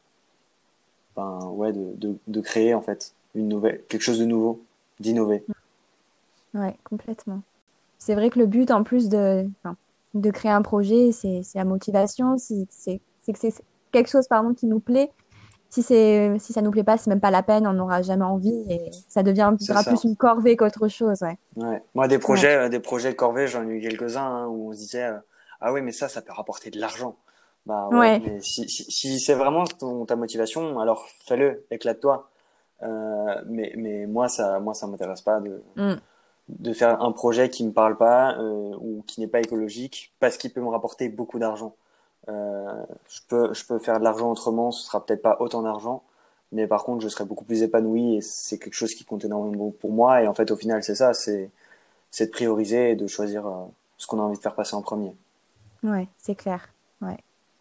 S2: ben, ouais, de, de, de créer en fait une nouvelle, quelque chose de nouveau, d'innover.
S1: ouais, complètement. C'est vrai que le but, en plus de, enfin, de créer un projet, c'est c'est la motivation. Si c'est c'est que c'est quelque chose, pardon, qui nous plaît. Si c'est si ça nous plaît pas, c'est même pas la peine, on n'aura jamais envie et ça
S2: C'est
S1: deviendra plus
S2: ça.
S1: une corvée qu'autre chose. Ouais.
S2: Ouais. Moi, des
S1: Ouais.
S2: projets, euh, des projets corvées, j'en ai eu quelques-uns hein, où on se disait, euh, ah oui, mais ça, ça peut rapporter de l'argent. Bah ouais,
S1: Ouais.
S2: mais si, si, si c'est vraiment ton, ta motivation, alors fais-le, éclate-toi. Euh, mais, mais moi, ça, moi, ça m'intéresse pas de,
S1: Mm.
S2: de faire un projet qui me parle pas euh, ou qui n'est pas écologique parce qu'il peut me rapporter beaucoup d'argent. Euh, je peux je peux faire de l'argent autrement, ce sera peut-être pas autant d'argent, mais par contre je serai beaucoup plus épanoui et c'est quelque chose qui compte énormément pour moi. Et en fait au final c'est ça, c'est c'est de prioriser et de choisir euh, ce qu'on a envie de faire passer en premier.
S1: Ouais, c'est clair. Ouais.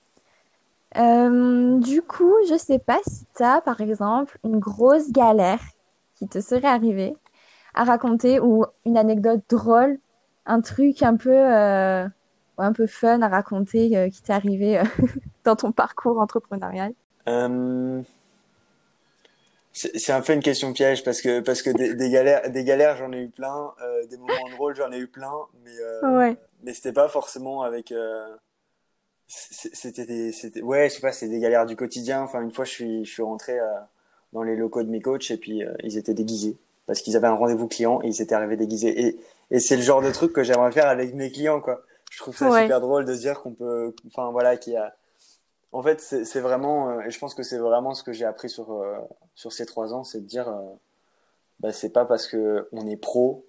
S1: Euh, du coup, je sais pas si tu as, par exemple, une grosse galère qui te serait arrivée à raconter ou une anecdote drôle, un truc un peu, euh, un peu fun à raconter euh, qui t'est arrivé euh, dans ton parcours entrepreneurial.
S2: Euh, c'est c'est un peu une question piège parce que parce que des, des galères des galères j'en ai eu plein, euh, des moments drôles j'en ai eu plein, mais euh,
S1: Ouais.
S2: mais c'était pas forcément avec euh, C'est- C'était des, c'était, ouais, je sais pas, c'est des galères du quotidien. Enfin, une fois, je suis, je suis rentré euh, dans les locaux de mes coachs et puis euh, ils étaient déguisés parce qu'ils avaient un rendez-vous client et ils étaient arrivés déguisés. Et, et c'est le genre de truc que j'aimerais faire avec mes clients, quoi. Je trouve ça
S1: Ouais.
S2: super drôle de se dire qu'on peut, enfin voilà, qu'il y a. En fait, c'est c'est vraiment, euh, et je pense que c'est vraiment ce que j'ai appris sur euh, sur ces trois ans, c'est de dire, euh, bah c'est pas parce que on est pro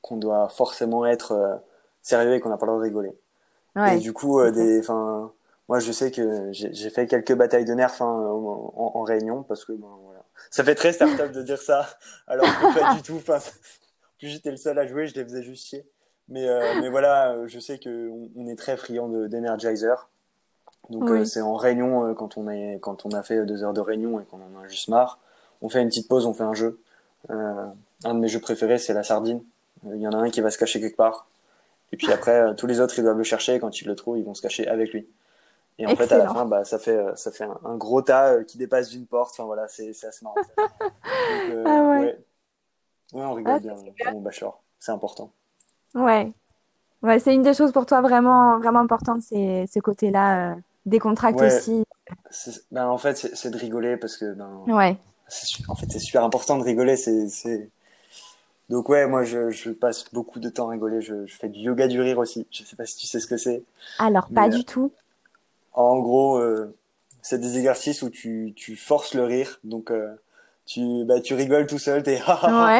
S2: qu'on doit forcément être euh, sérieux et qu'on n'a pas le droit de rigoler. Et
S1: Ouais,
S2: du coup,
S1: c'est
S2: euh,
S1: clair.
S2: des, enfin, moi je sais que j'ai j'ai fait quelques batailles de nerfs hein, en, en, en réunion parce que ben, voilà. Ça fait très start-up de dire ça, alors que pas du tout. Enfin, plus j'étais le seul à jouer, je les faisais juste chier. Mais, euh, mais voilà, euh, je sais que on, on est très friand de- d'Energizer. Donc euh,
S1: Oui,
S2: c'est en réunion euh, quand on est quand on a fait deux heures de réunion et qu'on en a juste marre, on fait une petite pause, on fait un jeu. Euh, un de mes jeux préférés c'est la sardine. Euh, Il y en a un qui va se cacher quelque part. Et puis après, euh, tous les autres, ils doivent le chercher. Et quand ils le trouvent, ils vont se cacher avec lui. Et en fait, à la
S1: excellent.
S2: fin, bah, ça fait, euh, ça fait un, un gros tas euh, qui dépasse d'une porte. Enfin voilà, c'est, c'est assez marrant. Donc euh,
S1: Ah ouais.
S2: ouais, ouais, on
S1: Ah,
S2: rigole bien
S1: c'est
S2: dans
S1: super.
S2: mon bachelor. C'est important.
S1: Ouais. Ouais, c'est une des choses pour toi vraiment, vraiment importantes, c'est ce côté-là, euh, décontracte
S2: Ouais,
S1: aussi.
S2: c'est- ben en fait, c'est c'est de rigoler parce que ben,
S1: Ouais.
S2: c'est su- en fait, c'est super important de rigoler. C'est, c'est... Donc ouais, moi, je, je passe beaucoup de temps à rigoler. Je, je fais du yoga du rire aussi. Je sais pas si tu sais ce que c'est,
S1: Alors, pas
S2: mais euh,
S1: du tout.
S2: en gros, euh, c'est des exercices où tu, tu forces le rire. Donc, euh, tu, bah, tu rigoles tout seul, t'es
S1: Ouais.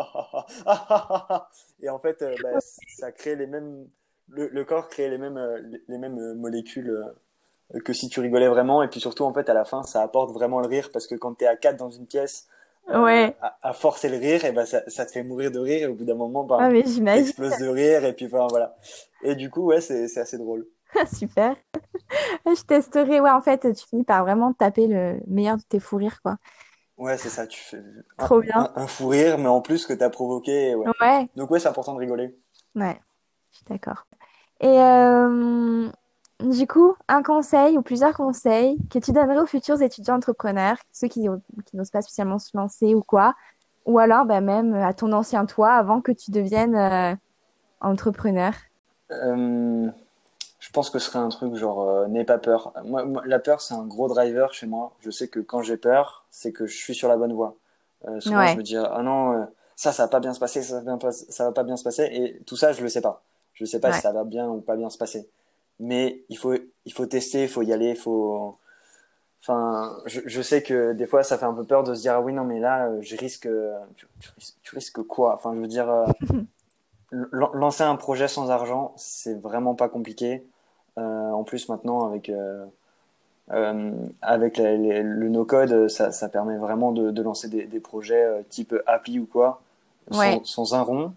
S2: et en fait, euh, bah, ça crée les mêmes, le, le corps crée les mêmes, euh, les les mêmes euh, molécules euh, que si tu rigolais vraiment. Et puis surtout, en fait, à la fin, ça apporte vraiment le rire parce que quand t'es à quatre dans une pièce, euh,
S1: Ouais.
S2: à, à forcer le rire, et ben ça, ça te fait mourir de rire. Et au bout d'un moment,
S1: Ah,
S2: ben,
S1: mais j'imagine.
S2: t'exploses de rire. Et puis, enfin, voilà. Et du coup, ouais, c'est, c'est assez drôle.
S1: Super. Je testerai. Ouais, en fait, tu finis par vraiment taper le meilleur de tes fous rires, quoi.
S2: Ouais, c'est ça, tu fais un,
S1: Trop bien.
S2: un, un fou rire, mais en plus que t'as provoqué, ouais.
S1: Ouais.
S2: Donc ouais, c'est important de rigoler.
S1: Ouais. Je suis d'accord. Et euh, du coup, un conseil ou plusieurs conseils que tu donnerais aux futurs étudiants entrepreneurs, ceux qui, qui n'osent pas spécialement se lancer ou quoi, ou alors bah, même à ton ancien toi avant que tu deviennes euh, entrepreneur.
S2: Euh, je pense que ce serait un truc genre, euh, n'aie pas peur. Moi, moi, la peur, c'est un gros driver chez moi. Je sais que quand j'ai peur, c'est que je suis sur la bonne voie. Euh, souvent, je
S1: Ouais,
S2: me dis, ah non, euh, ça, ça va pas bien se passer, ça va, bien pas- ça va pas bien se passer. Et tout ça, je le sais pas. Je sais pas si
S1: ouais,
S2: ça va bien ou pas bien se passer. Mais il faut, il faut tester, il faut y aller, il faut, enfin, je, je sais que des fois, ça fait un peu peur de se dire, ah oui, non, mais là, euh, je risque, euh, tu, tu risques, tu risques quoi? Enfin, je veux dire, euh, lan- lancer un projet sans argent, c'est vraiment pas compliqué. Euh, en plus, maintenant, avec, euh, euh, avec la- les- le no-code, ça, ça permet vraiment de, de lancer des, des projets euh, type appli ou quoi, sans,
S1: ouais,
S2: sans un rond.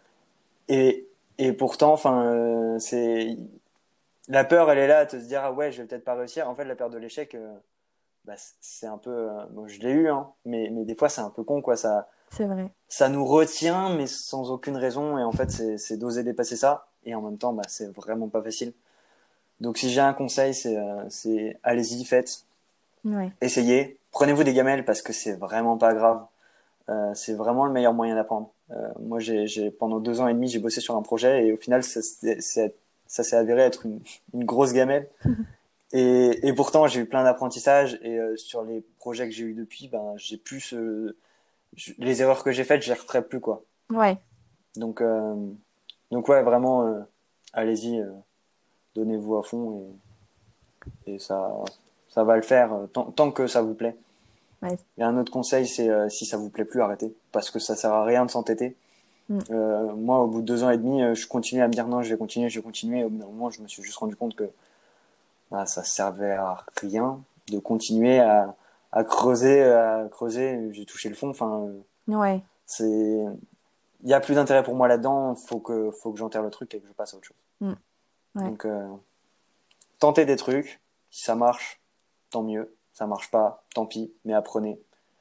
S2: Et, et pourtant, enfin, euh, c'est, la peur, elle est là à te se dire, ah ouais, je vais peut-être pas réussir. En fait, la peur de l'échec, euh, bah, c'est un peu, euh, bon, je l'ai eu, hein, mais, mais des fois c'est un peu con, quoi. Ça,
S1: c'est vrai.
S2: ça nous retient, mais sans aucune raison. Et en fait, c'est, c'est d'oser dépasser ça. Et en même temps, bah, c'est vraiment pas facile. Donc, si j'ai un conseil, c'est, euh, c'est allez-y, faites,
S1: Ouais,
S2: essayez, prenez-vous des gamelles parce que c'est vraiment pas grave. Euh, c'est vraiment le meilleur moyen d'apprendre. Euh, moi, j'ai, j'ai pendant deux ans et demi, j'ai bossé sur un projet et au final, ça, c'est- c'est- ça s'est avéré être une, une grosse gamelle. Et, et pourtant, j'ai eu plein d'apprentissages et euh, sur les projets que j'ai eu depuis, ben, j'ai plus ce, je- les erreurs que j'ai faites, je les referai plus quoi.
S1: ouais,
S2: Donc, euh, donc ouais, vraiment, euh, allez-y, euh, donnez-vous à fond et, et ça, ça va le faire euh, tant, tant que ça vous plaît.
S1: ouais.
S2: Et un autre conseil, c'est euh, si ça vous plaît plus, arrêtez, parce que ça sert à rien de s'entêter.
S1: Mm.
S2: Euh, moi, au bout de deux ans et demi, euh, je continuais à me dire non, je vais continuer, je vais continuer. Et au bout d'un moment, je me suis juste rendu compte que bah, ça servait à rien de continuer à, à creuser, à creuser. J'ai touché le fond. Enfin, euh,
S1: Ouais,
S2: c'est, il y a plus d'intérêt pour moi là-dedans. Faut que, faut que j'enterre le truc et que je passe à autre chose.
S1: mm, ouais.
S2: Donc, euh, tentez des trucs. Si ça marche, tant mieux. Ça marche pas, tant pis. Mais apprenez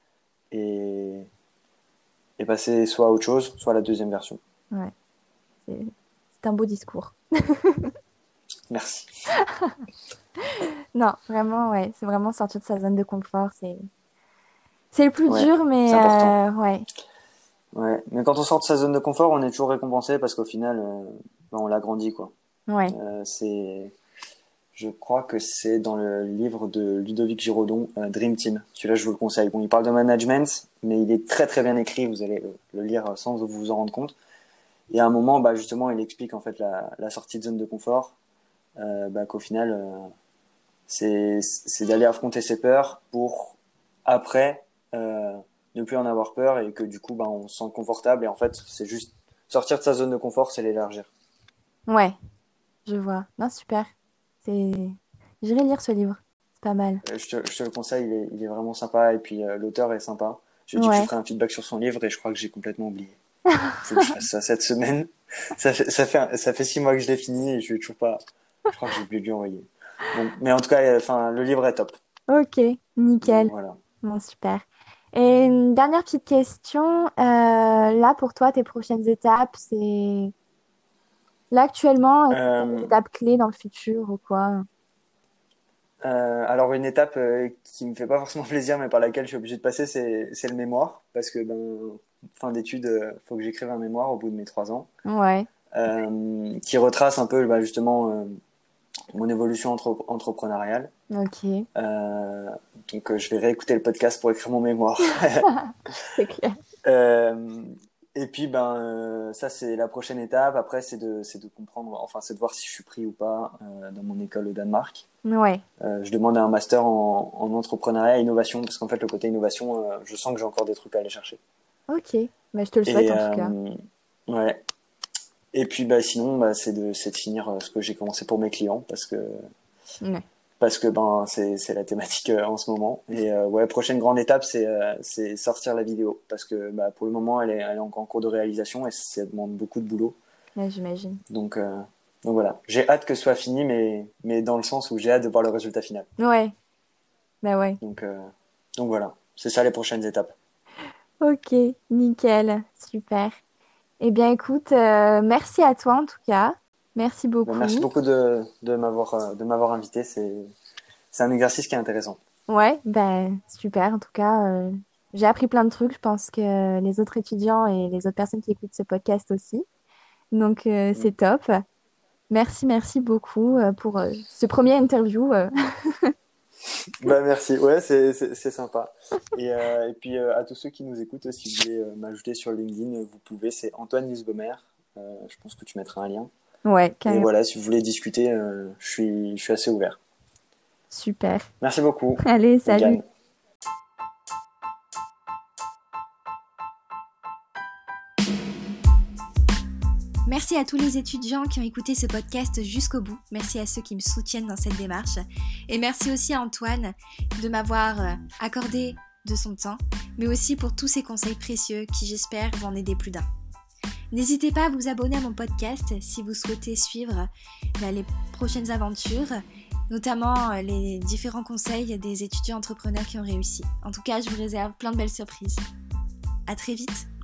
S2: et, et passez soit à autre chose, soit à la deuxième version.
S1: Ouais. C'est c'est un beau discours.
S2: Merci.
S1: Non, vraiment, ouais. C'est vraiment sortir de sa zone de confort. C'est c'est le plus
S2: Ouais,
S1: dur,
S2: c'est
S1: mais
S2: important.
S1: euh, ouais.
S2: Ouais, mais quand on sort de sa zone de confort, on est toujours récompensé parce qu'au final, euh, ben, on l'a grandi quoi.
S1: Ouais.
S2: Euh, c'est, je crois que c'est dans le livre de Ludovic Giraudon, euh, Dream Team. Celui-là, je vous le conseille. Bon, il parle de management, mais il est très très bien écrit. Vous allez le, le lire sans vous en rendre compte. Et à un moment, bah justement, il explique en fait la, la sortie de zone de confort. Euh, bah, qu'au final, euh, c'est c'est d'aller affronter ses peurs pour après euh, ne plus en avoir peur et que du coup, bah, on se sent confortable. Et en fait, c'est juste sortir de sa zone de confort, c'est l'élargir.
S1: Ouais, je vois. Non, super. C'est... J'irai lire ce livre. C'est pas mal.
S2: Euh, Je te, je te le conseille, il est, il est vraiment sympa et puis euh, l'auteur est sympa. J'ai dit que je
S1: Ouais.
S2: ferais un feedback sur son livre et je crois que j'ai complètement oublié. Faut que je fasse ça cette semaine. Ça fait, ça fait, ça fait six mois que je l'ai fini et je lui ai toujours pas. Je crois que j'ai oublié de lui envoyer. Bon, mais en tout cas, euh, enfin, le livre est top.
S1: Ok,
S2: Donc
S1: nickel.
S2: voilà.
S1: Bon, super. Et une dernière petite question. Euh, là, pour toi, tes prochaines étapes, c'est... Là, actuellement, est-ce que tu as des
S2: Euh,
S1: étapes clés dans le futur ou quoi?
S2: euh, alors une étape euh, qui me fait pas forcément plaisir, mais par laquelle je suis obligé de passer, c'est, c'est le mémoire, parce que ben, fin d'études, euh, faut que j'écrive un mémoire au bout de mes trois ans,
S1: Ouais,
S2: euh, qui retrace un peu, bah, justement, euh, mon évolution entre- entrepreneuriale.
S1: ok.
S2: Euh, donc euh, je vais réécouter le podcast pour écrire mon mémoire.
S1: C'est clair.
S2: Euh, et puis ben euh, ça c'est la prochaine étape. Après c'est de c'est de comprendre, enfin c'est de voir si je suis pris ou pas euh, dans mon école au Danemark.
S1: Ouais,
S2: Euh, je demande un master en, en entrepreneuriat et innovation parce qu'en fait le côté innovation, euh, je sens que j'ai encore des trucs à aller chercher.
S1: ok. Mais je te le souhaite
S2: Et
S1: en tout cas.
S2: euh, ouais. Et puis bah sinon bah, c'est de c'est de finir euh, ce que j'ai commencé pour mes clients parce que
S1: Ouais.
S2: parce que ben c'est c'est la thématique euh, en ce moment. Et euh, ouais, prochaine grande étape, c'est euh, c'est sortir la vidéo parce que bah, pour le moment, elle est elle est encore en cours de réalisation et ça demande beaucoup de boulot.
S1: Ouais, j'imagine.
S2: Donc euh, donc voilà, j'ai hâte que ce soit fini, mais mais dans le sens où j'ai hâte de voir le résultat final.
S1: Ouais, bah ouais.
S2: Donc euh, donc voilà, c'est ça les prochaines étapes.
S1: Ok, nickel. Super. Eh bien, écoute, euh, merci à toi en tout cas. Merci
S2: Ben, merci
S1: beaucoup.
S2: beaucoup de de m'avoir euh, de m'avoir invité. C'est c'est un exercice qui est intéressant.
S1: Ouais, ben super. En tout cas, euh, j'ai appris plein de trucs. Je pense que les autres étudiants et les autres personnes qui écoutent ce podcast aussi. Donc, euh, c'est top. Merci, merci beaucoup euh, pour euh, ce premier interview. euh.
S2: Bah merci, ouais, c'est c'est c'est sympa. Et euh, et puis euh, à tous ceux qui nous écoutent, si vous voulez euh, m'ajouter sur LinkedIn, vous pouvez, c'est Antoine Nussbaumer. Euh, je pense que tu mettras un lien.
S1: Ouais,
S2: Et
S1: carrément.
S2: voilà, si vous voulez discuter, euh, je suis je suis assez ouvert.
S1: Super.
S2: Merci beaucoup,
S1: Allez, salut.
S2: Megan.
S3: Merci à tous les étudiants qui ont écouté ce podcast jusqu'au bout. Merci à ceux qui me soutiennent dans cette démarche. Et merci aussi à Antoine de m'avoir euh, accordé de son temps, mais aussi pour tous ces conseils précieux qui, j'espère, vont en aider plus d'un. N'hésitez pas à vous abonner à mon podcast si vous souhaitez suivre bah, les prochaines aventures, notamment euh, les différents conseils des étudiants entrepreneurs qui ont réussi. En tout cas, je vous réserve plein de belles surprises. À très vite!